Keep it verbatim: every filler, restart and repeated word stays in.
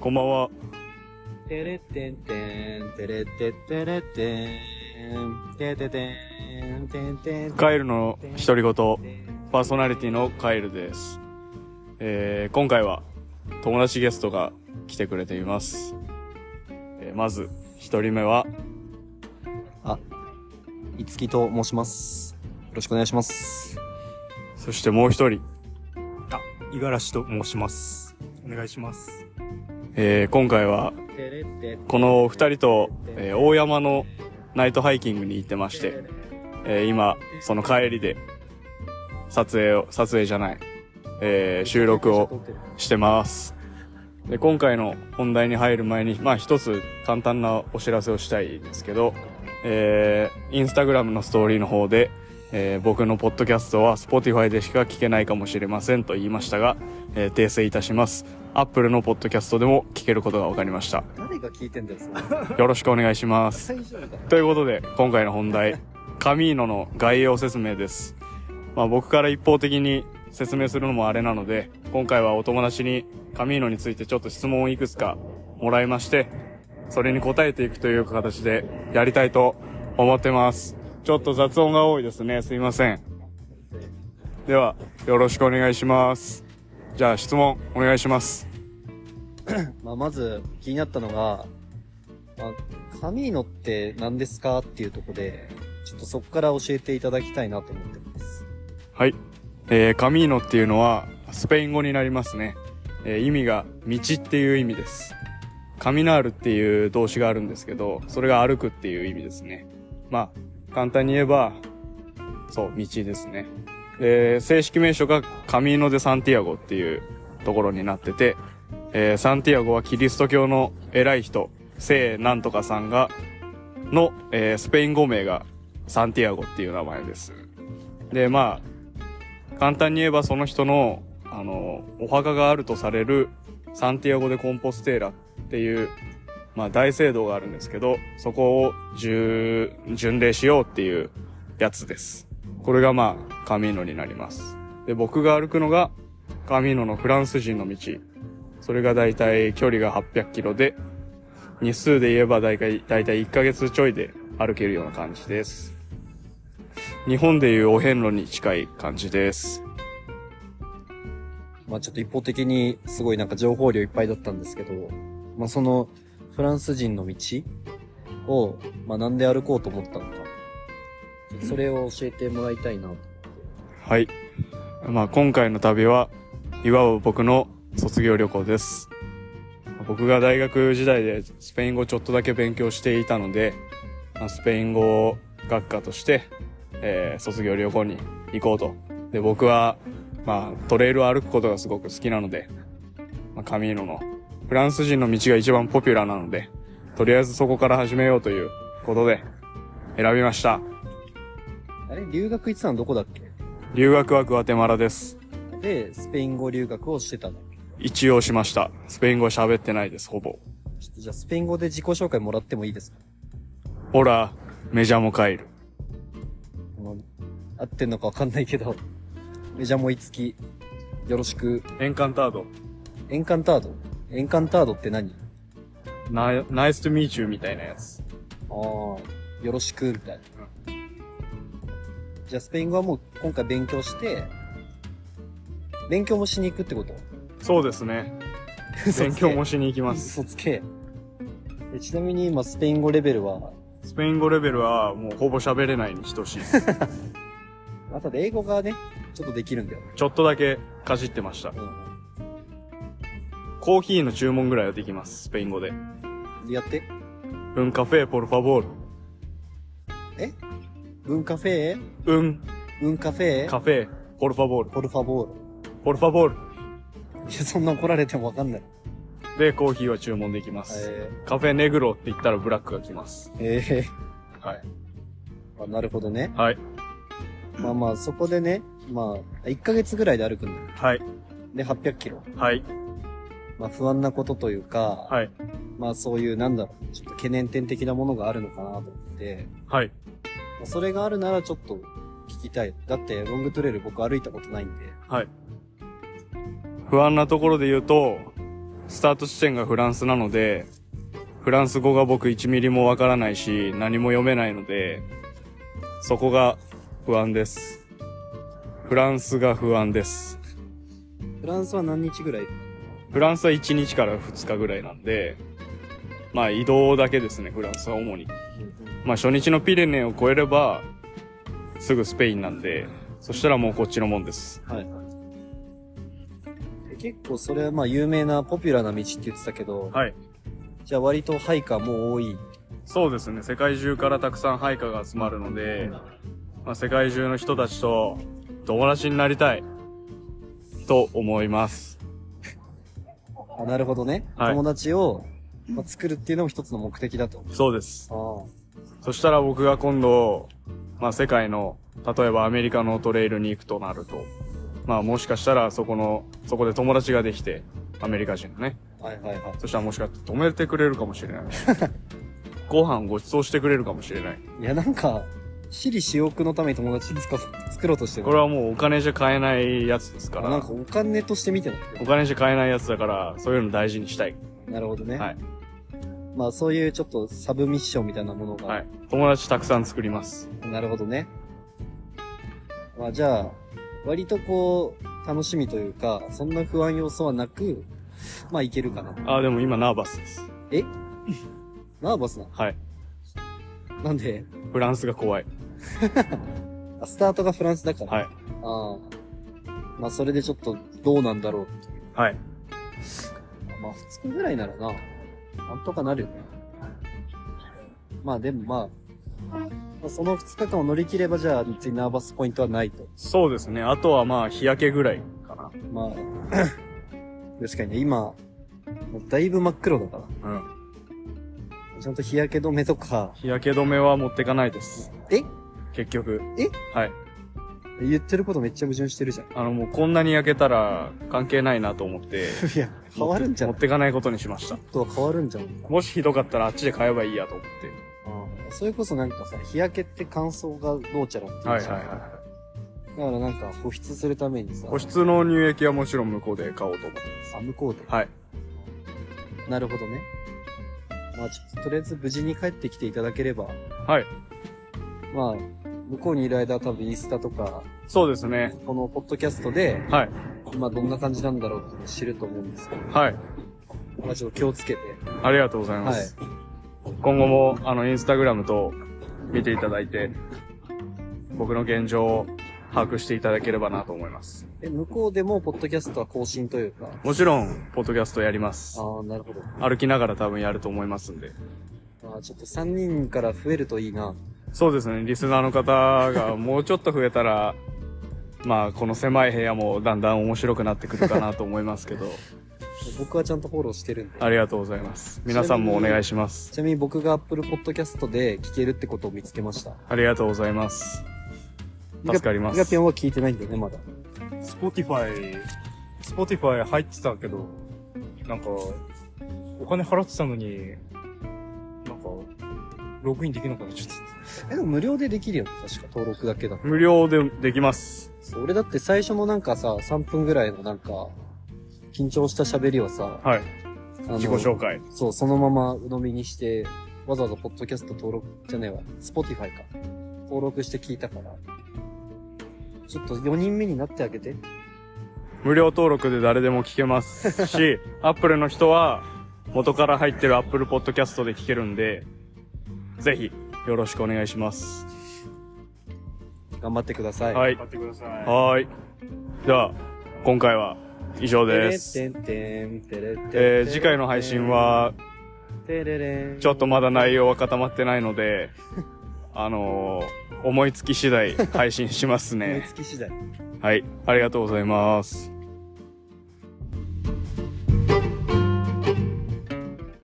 こんばんは。 てれってんてん、てれってってれってん、てててん、てんてん。 カエルの独り言、パーソナリティのカエルです。えー、今回は友達ゲストが来てくれています。えー、まず一人目は、 あ、いつきと申します。よろしくお願いします。 そしてもう一人、 あ、五十嵐と申します。お願いします。 えー、今回はこの二人と、えー、大山のナイトハイキングに行ってまして、えー、今その帰りで撮影を撮影じゃない、えー、収録をしてます。で、今回の本題に入る前に、まあ一つ簡単なお知らせをしたいんですけど、えー、インスタグラムのストーリーの方で、えー、僕のポッドキャストは Spotify でしか聞けないかもしれませんと言いましたが、えー、訂正いたします。Apple のポッドキャストでも聞けることが分かりました。 誰が聞いてんだよ、それ。 よろしくお願いします。ということで、今回の本題、カミーノの概要説明です。まあ僕から一方的に説明するのもあれなので、今回はお友達にカミーノについてちょっと質問をいくつかもらいまして、それに答えていくという形でやりたいと思ってます。ちょっと雑音が多いですね。すいません。では、よろしくお願いします。じゃあ質問お願いします。 まあ、まず気になったのが、まあ、カミーノって何ですかっていうところで、ちょっとそこから教えていただきたいなと思ってます。 はい。えー、カミーノっていうのはスペイン語になりますね。えー、意味が道っていう意味です。カミナールっていう動詞があるんですけど、それが歩くっていう意味ですね。まあ、簡単に言えば、そう、道ですね。で、正式名称がカミーノ・デ・サンティアゴっていうところになってて、えー、サンティアゴはキリスト教の偉い人、聖なんとかさんが、の、えー、スペイン語名がサンティアゴっていう名前です。で、まあ、簡単に言えばその人の、あの、お墓があるとされるサンティアゴ・デ・コンポステーラっていう、まあ大聖堂があるんですけど、そこを巡礼しようっていうやつです。これがまあ、カミーノになります。で、僕が歩くのが、カミーノのフランス人の道。それがだいたい距離がはっぴゃくキロで、日数で言えばだいたい、だいたいいっかげつちょいで歩けるような感じです。日本でいうお遍路に近い感じです。 まあちょっと一方的にすごいなんか情報量いっぱいだったんですけど、まあそのフランス人の道を、まあなんで歩こうと思ったのか、それを教えてもらいたいなと。 はい。まあ今回の旅は、いわば僕の卒業旅行です。僕が大学時代でスペイン語ちょっとだけ勉強していたので、まあ、スペイン語学科として、えー、卒業旅行に行こうと。で、僕は、まあトレイルを歩くことがすごく好きなので、まあ、カミーノのフランス人の道が一番ポピュラーなので、とりあえずそこから始めようということで選びました。 あれ、留学行ってたのどこだっけ？ 留学はグアテマラです。 で、スペイン語留学をしてたんだっけ？ 一応しました。スペイン語喋ってないです、ほぼ。 ちょっとじゃあスペイン語で自己紹介もらってもいいですか？ オラ、メジャモカイル。 合ってんのかわかんないけど、メジャモイツキ、よろしく。 エンカンタード。 エンカンタード？エンカンタードって何？ ナ、ナイストゥミーチューみたいなやつ。 ああ、よろしく、みたいな。じゃあスペイン語はもう今回勉強して、勉強もしに行くってこと？ そうですね。勉強もしに行きます。 嘘つけ。え、ちなみに今スペイン語レベルは？ スペイン語レベルはもうほぼ喋れないに等しいです。 あとで英語がね、ちょっとできるんだよね。 ちょっとだけかじってました。うん、コーヒーの注文ぐらいはできます、スペイン語で。 やって。 うん、カフェ、ポルファボール。 え？うんカフェ？ うん。 うんカフェ？ カフェ、ポルファボール。 ポルファボール。 ポルファボール。 いや、そんな怒られてもわかんない。 で、コーヒーは注文できます。 えー、 カフェネグロって言ったらブラックが来ます。 ええー。はい。 あ、なるほどね。 はい。 まあまあ、そこでね、まあ、いっかげつぐらいで歩くんだよ。 はい。 で、はっぴゃくキロ。 はい。 まあ、不安なことというか、 はい。 まあ、そういう、なんだろう、ちょっと懸念点的なものがあるのかなと思って、 はい。 まあ、それがあるならちょっと聞きたい。だって、ロングトレイル僕歩いたことないんで。 はい。不安なところで言うと、 スタート地点がフランスなので、フランス語が僕いちミリもわからないし、何も読めないので、そこが不安です。フランスが不安です。 フランスは何日ぐらい？ フランスはいちにちからふつかぐらいなんで、まあ移動だけですね、フランスは主に。まあ初日のピレネーを越えれば、すぐスペインなんで、そしたらもうこっちのもんです。 はい。結構それはまあ有名なポピュラーな道って言ってたけど、 はい。 じゃあ割とハイカーも多い。 そうですね、世界中からたくさんハイカーが集まるので、まあ世界中の人たちと友達になりたいと思います。 あ、なるほどね。はい、友達を、まあ、作るっていうのも一つの目的だと。 そうです。 ああ。 そしたら僕が今度、まあ世界の、例えばアメリカのトレイルに行くとなると、まあもしかしたらそこの、そこで友達ができて、アメリカ人のね。 はいはいはい。 そしたらもしかして止めてくれるかもしれない。ご飯ご馳走してくれるかもしれない。 いやなんか、私利私欲のために友達作作ろうとしてる。 これはもうお金じゃ買えないやつですから。 なんかお金として見てる。 お金じゃ買えないやつだから、そういうの大事にしたい。 なるほどね。 はい。 まあそういうちょっとサブミッションみたいなものが。 はい。友達たくさん作ります。 なるほどね。まあじゃあ、割とこう、楽しみというか、そんな不安要素はなく、まあいけるかな。 ああ、でも今ナーバスです。 えナーバスなの？ はい。 なんで？ フランスが怖い。 あ、スタートがフランスだから。 はい。 ああ。まあそれでちょっとどうなんだろうっていう。 はい。 まあふつかぐらいならな、なんとかなるよね。まあでもまあ、まあ、そのふつかかんを乗り切ればじゃあ別にナーバスポイントはないと。 そうですね。あとはまあ日焼けぐらいかな。 まあ、確かにね、今、もうだいぶ真っ黒だから。 うん。 ちゃんと日焼け止めとか。 日焼け止めは持ってかないです。 え結局。 えはい。 言ってることめっちゃ矛盾してるじゃん。 あのもうこんなに焼けたら関係ないなと思って。 いや、変わるんじゃん。 持ってかないことにしました。 ちょっとは変わるんじゃん。 もしひどかったらあっちで買えばいいやと思って。 ああ、それこそなんかさ、日焼けって乾燥がどうちゃらって言うじゃん。はいはいはい。だからなんか保湿するためにさ。 保湿の乳液はもちろん向こうで買おうと思ってます。 あ、向こうで。 はい。 なるほどね。まあちょっととりあえず無事に帰ってきていただければ。 はい。 まあ、向こうにいる間は多分インスタとか。 そうですね。 このポッドキャストで。 はい。 今どんな感じなんだろうっていうのを知ると思うんですけど。 はい。 まあちょっと気をつけて。 ありがとうございます。 はい。 今後も、あの、インスタグラムと見ていただいて、僕の現状を把握していただければなと思います。 え、向こうでもポッドキャストは更新というか。 もちろん、ポッドキャストやります。 ああ、なるほど。 歩きながら多分やると思いますんで。 ああ、ちょっとさんにんから増えるといいな。 そうですね。リスナーの方がもうちょっと増えたら、まあ、この狭い部屋もだんだん面白くなってくるかなと思いますけど。 僕はちゃんとフォローしてるんで。 ありがとうございます。皆さんもお願いします。 ちなみに僕が Apple Podcast で聞けるってことを見つけました。 ありがとうございます。助かります。 ギガピョンは聞いてないんだよね、まだ。 Spotify、Spotify 入ってたけど、なんか、お金払ってたのに、なんか、ログインできなくなっちゃった。 え、でも無料でできるよね、確か登録だけだと。 無料でできます。 俺だって最初のなんかさ、さんぷんぐらいのなんか、緊張した喋りをさ、 はい。自己紹介。 そう、そのまま鵜呑みにして、わざわざポッドキャスト登録じゃねえわ、Spotify か。登録して聞いたから。ちょっとよにんめになってあげて。 無料登録で誰でも聞けますし、Apple の人は元から入ってる Apple Podcast で聞けるんで、ぜひよろしくお願いします。 頑張ってください。 はい。 頑張ってください。 はい。では、今回は以上です。えー、次回の配信は、ちょっとまだ内容は固まってないので、あのー、思いつき次第配信しますね。 思いつき次第。 はい。ありがとうございます。